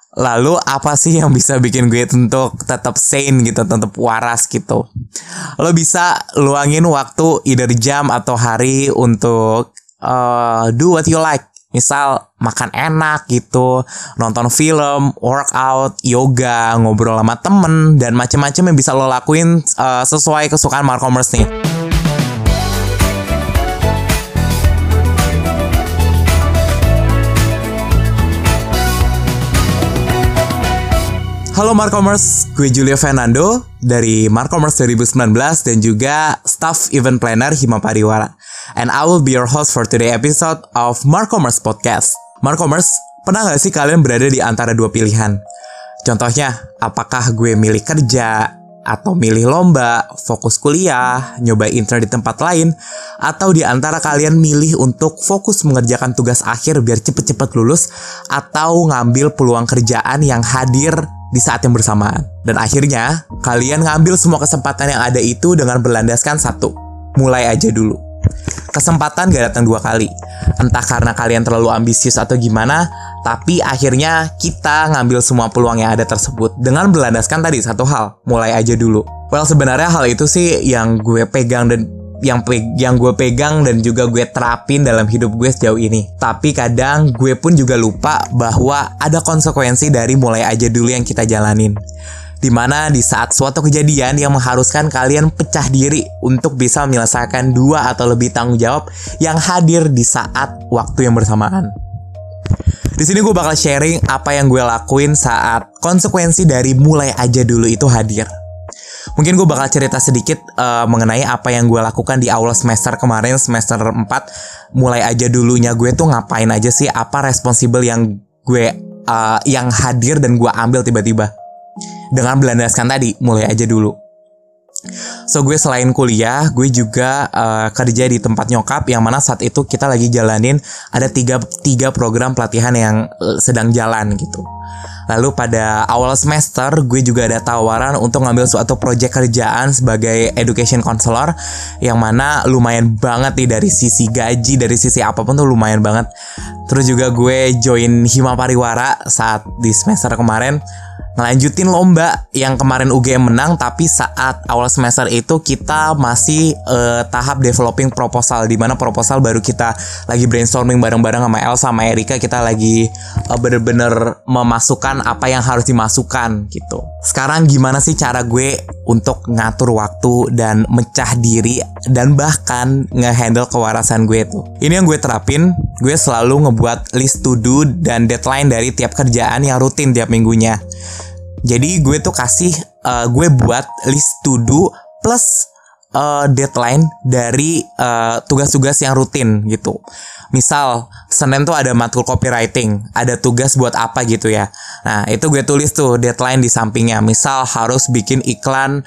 Lalu apa sih yang bisa bikin gue untuk tetap sane gitu, tetap waras gitu? Lo bisa luangin waktu either jam atau hari untuk do what you like. Misal makan enak gitu, nonton film, workout, yoga, ngobrol sama temen, dan macem-macem yang bisa lo lakuin sesuai kesukaan Markomers nih. Halo Markomers, gue Julio Fernando dari Markomers 2019 dan juga Staff Event Planner Hima Pariwara. And I will be your host for today episode of Markomers Podcast. Markomers, pernah gak sih kalian berada di antara dua pilihan? Contohnya, apakah gue milih kerja, atau milih lomba, fokus kuliah, nyoba intern di tempat lain, atau di antara kalian milih untuk fokus mengerjakan tugas akhir biar cepet-cepet lulus, atau ngambil peluang kerjaan yang hadir di saat yang bersamaan. Dan akhirnya, kalian ngambil semua kesempatan yang ada itu dengan berlandaskan satu, mulai aja dulu. Kesempatan gak datang dua kali. Entah karena kalian terlalu ambisius atau gimana, tapi akhirnya kita ngambil semua peluang yang ada tersebut dengan berlandaskan tadi satu hal, mulai aja dulu. Well, sebenarnya hal itu sih yang gue pegang dan yang gue pegang dan juga gue terapin dalam hidup gue sejauh ini. Tapi kadang gue pun juga lupa bahwa ada konsekuensi dari mulai aja dulu yang kita jalanin. Dimana di saat suatu kejadian yang mengharuskan kalian pecah diri untuk bisa menyelesaikan dua atau lebih tanggung jawab yang hadir di saat waktu yang bersamaan. Di sini gue bakal sharing apa yang gue lakuin saat konsekuensi dari mulai aja dulu itu hadir. Mungkin gue bakal cerita sedikit mengenai apa yang gue lakukan di awal semester kemarin, semester 4. Mulai aja dulunya gue tuh ngapain aja sih, apa responsible yang gue yang hadir dan gue ambil tiba-tiba. Dengan berlandaskan tadi, mulai aja dulu. So gue selain kuliah, gue juga kerja di tempat nyokap yang mana saat itu kita lagi jalanin ada tiga program pelatihan yang sedang jalan gitu. Lalu pada awal semester gue juga ada tawaran untuk ngambil suatu proyek kerjaan sebagai education counselor yang mana lumayan banget nih dari sisi gaji, dari sisi apapun tuh lumayan banget. Terus juga gue join Hima Pariwara saat di semester kemarin ngelanjutin lomba yang kemarin UGM menang, tapi saat awal semester itu kita masih tahap developing proposal, di mana proposal baru kita lagi brainstorming bareng-bareng sama Elsa sama Erika. Kita lagi bener-bener memasukkan apa yang harus dimasukkan gitu. Sekarang gimana sih cara gue untuk ngatur waktu dan mecah diri dan bahkan ngehandle kewarasan gue tuh? Ini yang gue terapin. Gue selalu ngebuat list to do dan deadline dari tiap kerjaan yang rutin tiap minggunya. Jadi gue tuh gue buat list to do plus deadline dari tugas-tugas yang rutin gitu. Misal Senin tuh ada matkul copywriting, ada tugas buat apa gitu ya. Nah itu gue tulis tuh deadline di sampingnya. Misal harus bikin iklan,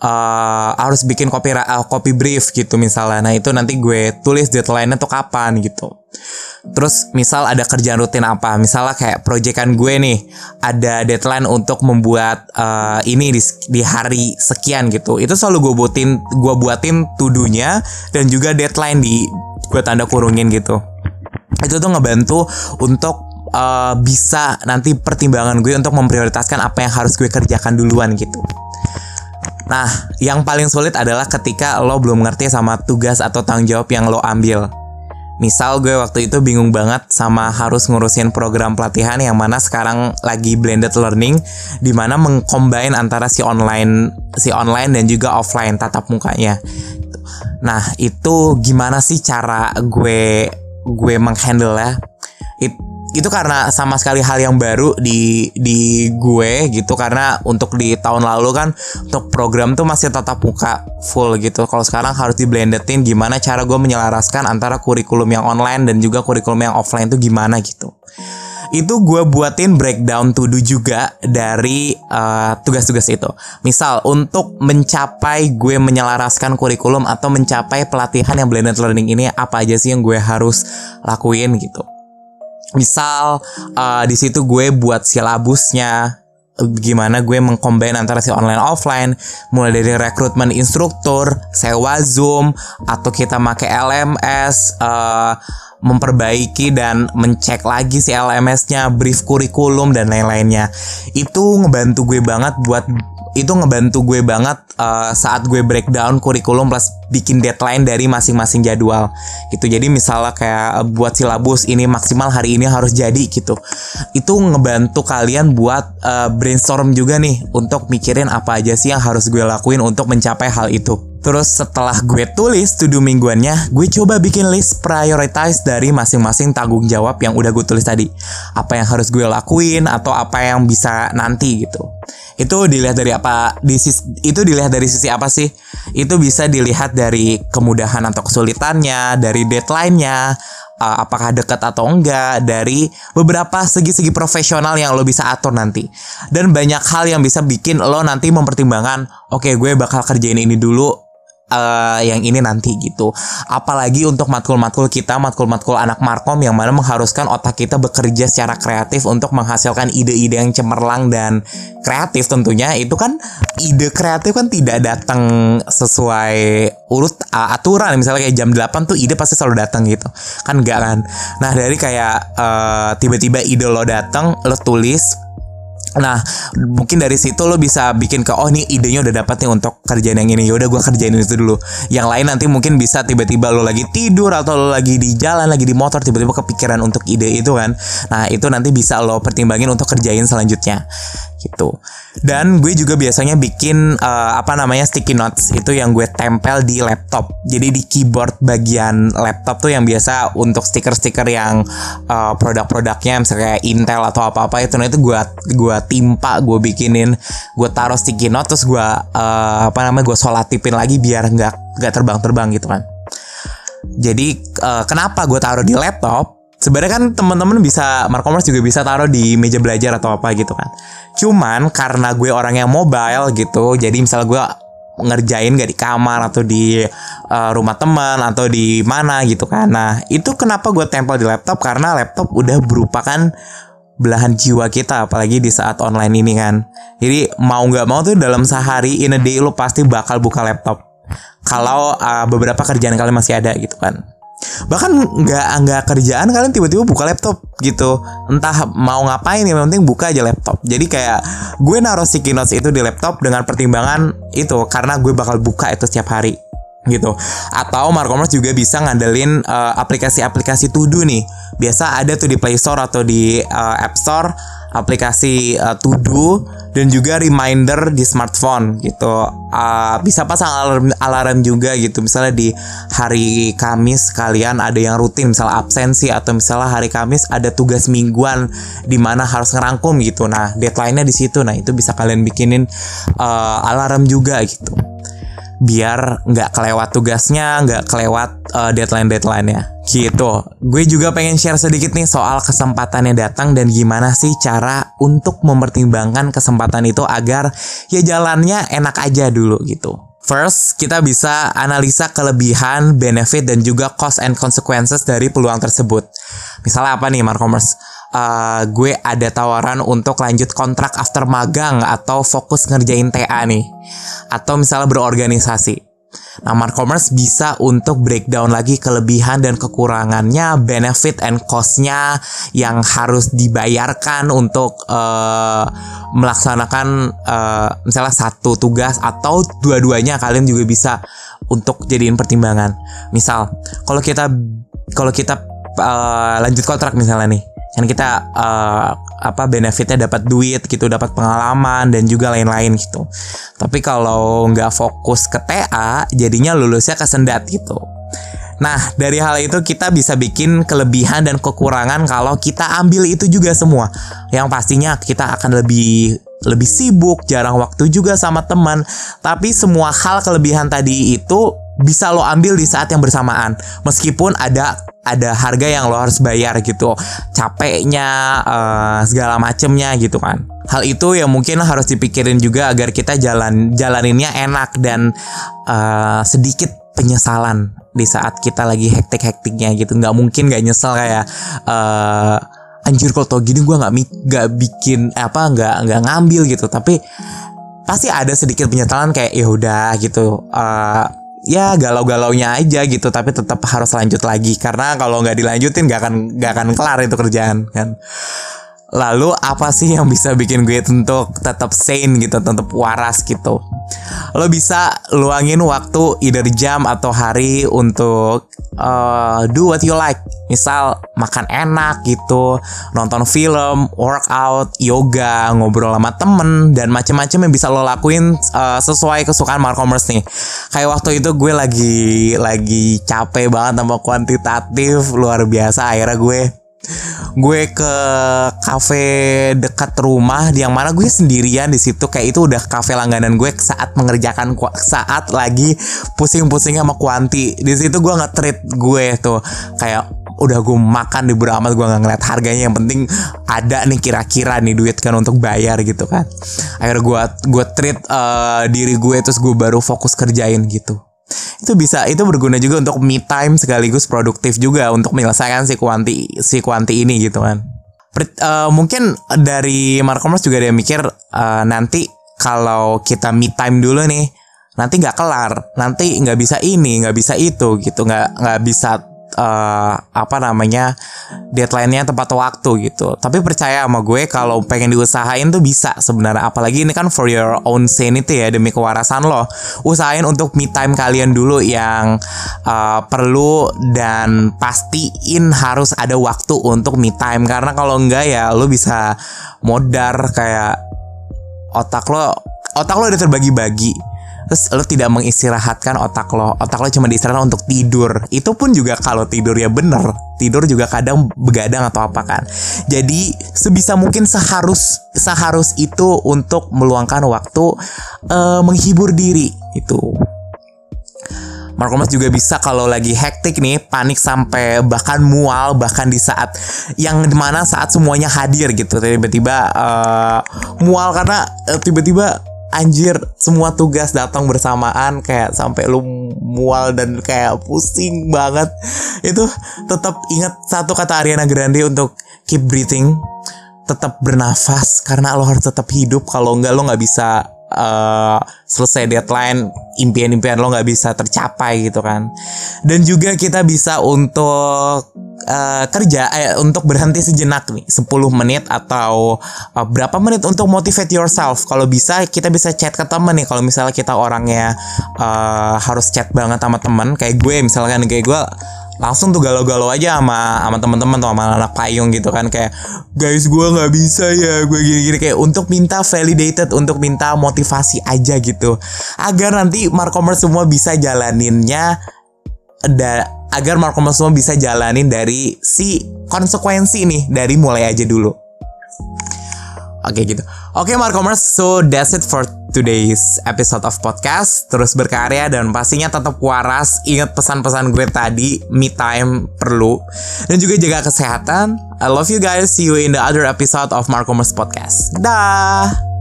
harus bikin copy brief gitu misalnya. Nah itu nanti gue tulis deadline-nya tuh kapan gitu. Terus misal ada kerjaan rutin apa, misalnya kayak proyekan gue nih ada deadline untuk membuat ini di hari sekian gitu. Itu selalu gue buatin to-do-nya dan juga deadline gue tanda kurungin gitu. Itu tuh ngebantu untuk bisa nanti pertimbangan gue untuk memprioritaskan apa yang harus gue kerjakan duluan gitu. Nah, yang paling sulit adalah ketika lo belum ngerti sama tugas atau tanggung jawab yang lo ambil. Misal gue waktu itu bingung banget sama harus ngurusin program pelatihan yang mana sekarang lagi blended learning, di mana mengcombine antara si online dan juga offline tatap mukanya. Nah, itu gimana sih cara gue menghandle ya? Itu karena sama sekali hal yang baru di gue gitu, karena untuk di tahun lalu kan untuk program tuh masih tatap muka full gitu. Kalau sekarang harus di-blendetin gimana cara gue menyelaraskan antara kurikulum yang online dan juga kurikulum yang offline tuh gimana gitu. Itu gue buatin breakdown to do juga dari tugas-tugas itu. Misal untuk mencapai gue menyelaraskan kurikulum atau mencapai pelatihan yang blended learning ini, apa aja sih yang gue harus lakuin gitu. Misal di situ gue buat silabusnya, gimana gue mengcombine antara si online offline, mulai dari rekrutmen instruktur, sewa Zoom, atau kita pakai LMS, memperbaiki dan mencek lagi si LMS-nya, brief kurikulum dan lain-lainnya. Itu ngebantu gue banget saat gue breakdown kurikulum plus bikin deadline dari masing-masing jadwal gitu. Jadi misalnya kayak buat silabus ini maksimal hari ini harus jadi gitu. Itu ngebantu kalian buat brainstorm juga nih untuk mikirin apa aja sih yang harus gue lakuin untuk mencapai hal itu. Terus setelah gue tulis to do mingguannya, gue coba bikin list prioritize dari masing-masing tanggung jawab yang udah gue tulis tadi. Apa yang harus gue lakuin atau apa yang bisa nanti gitu. Itu dilihat dari apa? Dilihat dari sisi apa sih? Itu bisa dilihat dari kemudahan atau kesulitannya, dari deadline-nya, apakah dekat atau enggak, dari beberapa segi-segi profesional yang lo bisa atur nanti. Dan banyak hal yang bisa bikin lo nanti mempertimbangkan, oke, gue bakal kerjain ini dulu, yang ini nanti gitu. Apalagi untuk matkul-matkul anak Markom yang mana mengharuskan otak kita bekerja secara kreatif untuk menghasilkan ide-ide yang cemerlang dan kreatif tentunya. Itu kan ide kreatif kan tidak datang sesuai urut aturan. Misalnya kayak jam 8 tuh ide pasti selalu datang gitu. Kan enggak kan. Nah, dari kayak tiba-tiba ide lo datang, lo tulis. Nah, mungkin dari situ lo bisa bikin ke, oh nih idenya udah dapet nih untuk kerjaan yang ini. Yaudah gue kerjain itu dulu. Yang lain nanti mungkin bisa tiba-tiba lo lagi tidur atau lo lagi di jalan, lagi di motor, tiba-tiba kepikiran untuk ide itu kan. Nah, itu nanti bisa lo pertimbangin untuk kerjain selanjutnya gitu. Dan gue juga biasanya bikin sticky notes. Itu yang gue tempel di laptop. Jadi di keyboard bagian laptop tuh yang biasa untuk stiker-stiker yang produk-produknya misalnya kayak Intel atau apa-apa itu. Nah, itu gue timpa, gue bikinin, gue taruh sticky note, terus gue gue solatipin lagi biar nggak terbang-terbang gitu kan. Jadi kenapa gue taruh di laptop? Sebenarnya kan teman-teman bisa, Markomers juga bisa taruh di meja belajar atau apa gitu kan. Cuman karena gue orang yang mobile gitu, jadi misalnya gue ngerjain gak di kamar atau di rumah teman atau di mana gitu kan. Nah, itu kenapa gue tempel di laptop, karena laptop udah merupakan belahan jiwa kita, apalagi di saat online ini kan. Jadi mau nggak mau tuh dalam sehari in a day lo pasti bakal buka laptop. Kalau beberapa kerjaan kalian masih ada gitu kan. Bahkan nggak kerjaan kalian tiba-tiba buka laptop gitu. Entah mau ngapain, yang penting buka aja laptop. Jadi kayak gue naruh sticky notes itu di laptop dengan pertimbangan itu karena gue bakal buka itu setiap hari gitu. Atau Markomers juga bisa ngandelin aplikasi-aplikasi to do nih. Biasa ada tuh di Play Store atau di App Store aplikasi to do dan juga reminder di smartphone gitu. Bisa pasang alarm juga gitu. Misalnya di hari Kamis kalian ada yang rutin, misalnya absensi, atau misalnya hari Kamis ada tugas mingguan di mana harus ngerangkum gitu. Nah, deadline-nya di situ. Nah, itu bisa kalian bikinin alarm juga gitu. Biar nggak kelewat tugasnya, nggak kelewat deadline-nya gitu. Gue juga pengen share sedikit nih soal kesempatannya datang dan gimana sih cara untuk mempertimbangkan kesempatan itu agar ya jalannya enak aja dulu gitu. First, kita bisa analisa kelebihan, benefit, dan juga cost and consequences dari peluang tersebut. Misalnya apa nih, Markomers? Gue ada tawaran untuk lanjut kontrak after magang atau fokus ngerjain TA nih. Atau misalnya berorganisasi. Nah, Markomers bisa untuk breakdown lagi kelebihan dan kekurangannya, benefit and cost-nya yang harus dibayarkan untuk melaksanakan misalnya satu tugas atau dua-duanya. Kalian juga bisa untuk jadiin pertimbangan. Misal, kalau kita lanjut kontrak misalnya nih, kan kita benefitnya dapat duit gitu, dapat pengalaman dan juga lain-lain gitu. Tapi kalau nggak fokus ke TA, jadinya lulusnya kesendat gitu. Nah, dari hal itu kita bisa bikin kelebihan dan kekurangan kalau kita ambil itu juga semua. Yang pastinya kita akan lebih sibuk, jarang waktu juga sama teman. Tapi semua hal kelebihan tadi itu bisa lo ambil di saat yang bersamaan. Meskipun ada harga yang lo harus bayar gitu, capeknya, segala macemnya gitu kan. Hal itu yang mungkin harus dipikirin juga agar kita jalaninnya enak dan sedikit penyesalan di saat kita lagi hektik-hektiknya gitu. Nggak mungkin nggak nyesel kayak anjir kalau tau gini gue nggak ngambil gitu. Tapi pasti ada sedikit penyesalan kayak ya udah gitu. ya galau-galaunya aja gitu, tapi tetap harus lanjut lagi karena kalau nggak dilanjutin nggak akan kelar itu kerjaan kan. Lalu apa sih yang bisa bikin gue untuk tetap sane gitu, tetap waras gitu? Lo bisa luangin waktu either jam atau hari untuk do what you like. Misal makan enak gitu, nonton film, workout, yoga, ngobrol sama temen, dan macem-macem yang bisa lo lakuin sesuai kesukaan Markomers nih. Kayak waktu itu gue lagi capek banget sama kuantitatif luar biasa. Akhirnya gue ke kafe dekat rumah, yang mana gue sendirian di situ. Kayak itu udah kafe langganan gue saat mengerjakan, saat lagi pusing-pusing sama kuanti. Di situ gue nge-treat gue tuh, kayak udah gue makan di beramat, gue nggak ngeliat harganya, yang penting ada nih kira-kira nih duit kan untuk bayar gitu kan. Akhirnya gue treat diri gue, terus gue baru fokus kerjain gitu. Itu berguna juga untuk me time sekaligus produktif juga untuk menyelesaikan si kuanti ini gitu kan. Mungkin dari Markomers juga ada yang mikir nanti kalau kita me time dulu nih, nanti nggak kelar, nanti nggak bisa ini, nggak bisa itu gitu, nggak bisa deadline-nya tepat waktu gitu. Tapi percaya sama gue, kalau pengen diusahain tuh bisa sebenarnya. Apalagi ini kan for your own sanity ya, demi kewarasan lo. Usahain untuk me time kalian dulu yang perlu, dan pastiin harus ada waktu untuk me time. Karena kalau enggak ya lo bisa modar, kayak otak lo udah terbagi-bagi. Terus lo tidak mengistirahatkan otak lo cuma diistirahatkan untuk tidur. Itu pun juga kalau tidur ya bener, tidur juga kadang begadang atau apa kan. Jadi sebisa mungkin seharus itu untuk meluangkan waktu menghibur diri itu. Markomers juga bisa kalau lagi hektik nih, panik sampai bahkan mual, bahkan di saat yang dimana saat semuanya hadir gitu, tiba-tiba mual karena tiba-tiba anjir semua tugas datang bersamaan, kayak sampai lu mual dan kayak pusing banget. Itu tetap ingat satu kata Ariana Grande untuk keep breathing, tetap bernafas, karena lo harus tetap hidup. Kalau enggak lo nggak bisa selesai deadline, impian-impian lo nggak bisa tercapai gitu kan. Dan juga kita bisa untuk untuk berhenti sejenak nih, 10 menit atau berapa menit untuk motivate yourself. Kalau bisa kita bisa chat ke teman nih, kalau misalnya kita orangnya harus chat banget sama teman. Kayak gue misalkan, kayak gue langsung tuh galau-galau aja sama teman-teman tuh, sama anak payung gitu kan, kayak guys gue nggak bisa ya, gue gini-gini, kayak untuk minta validated, untuk minta motivasi aja gitu, agar nanti Markomers semua bisa jalaninnya, agar Markomers semua bisa jalanin dari si konsekuensi nih, dari mulai aja dulu. Oke gitu. Oke Markomers, so that's it for today's episode of podcast. Terus berkarya dan pastinya tetap waras. Ingat pesan-pesan gue tadi, me time perlu, dan juga jaga kesehatan. I love you guys. See you in the other episode of Markomers podcast. Dah.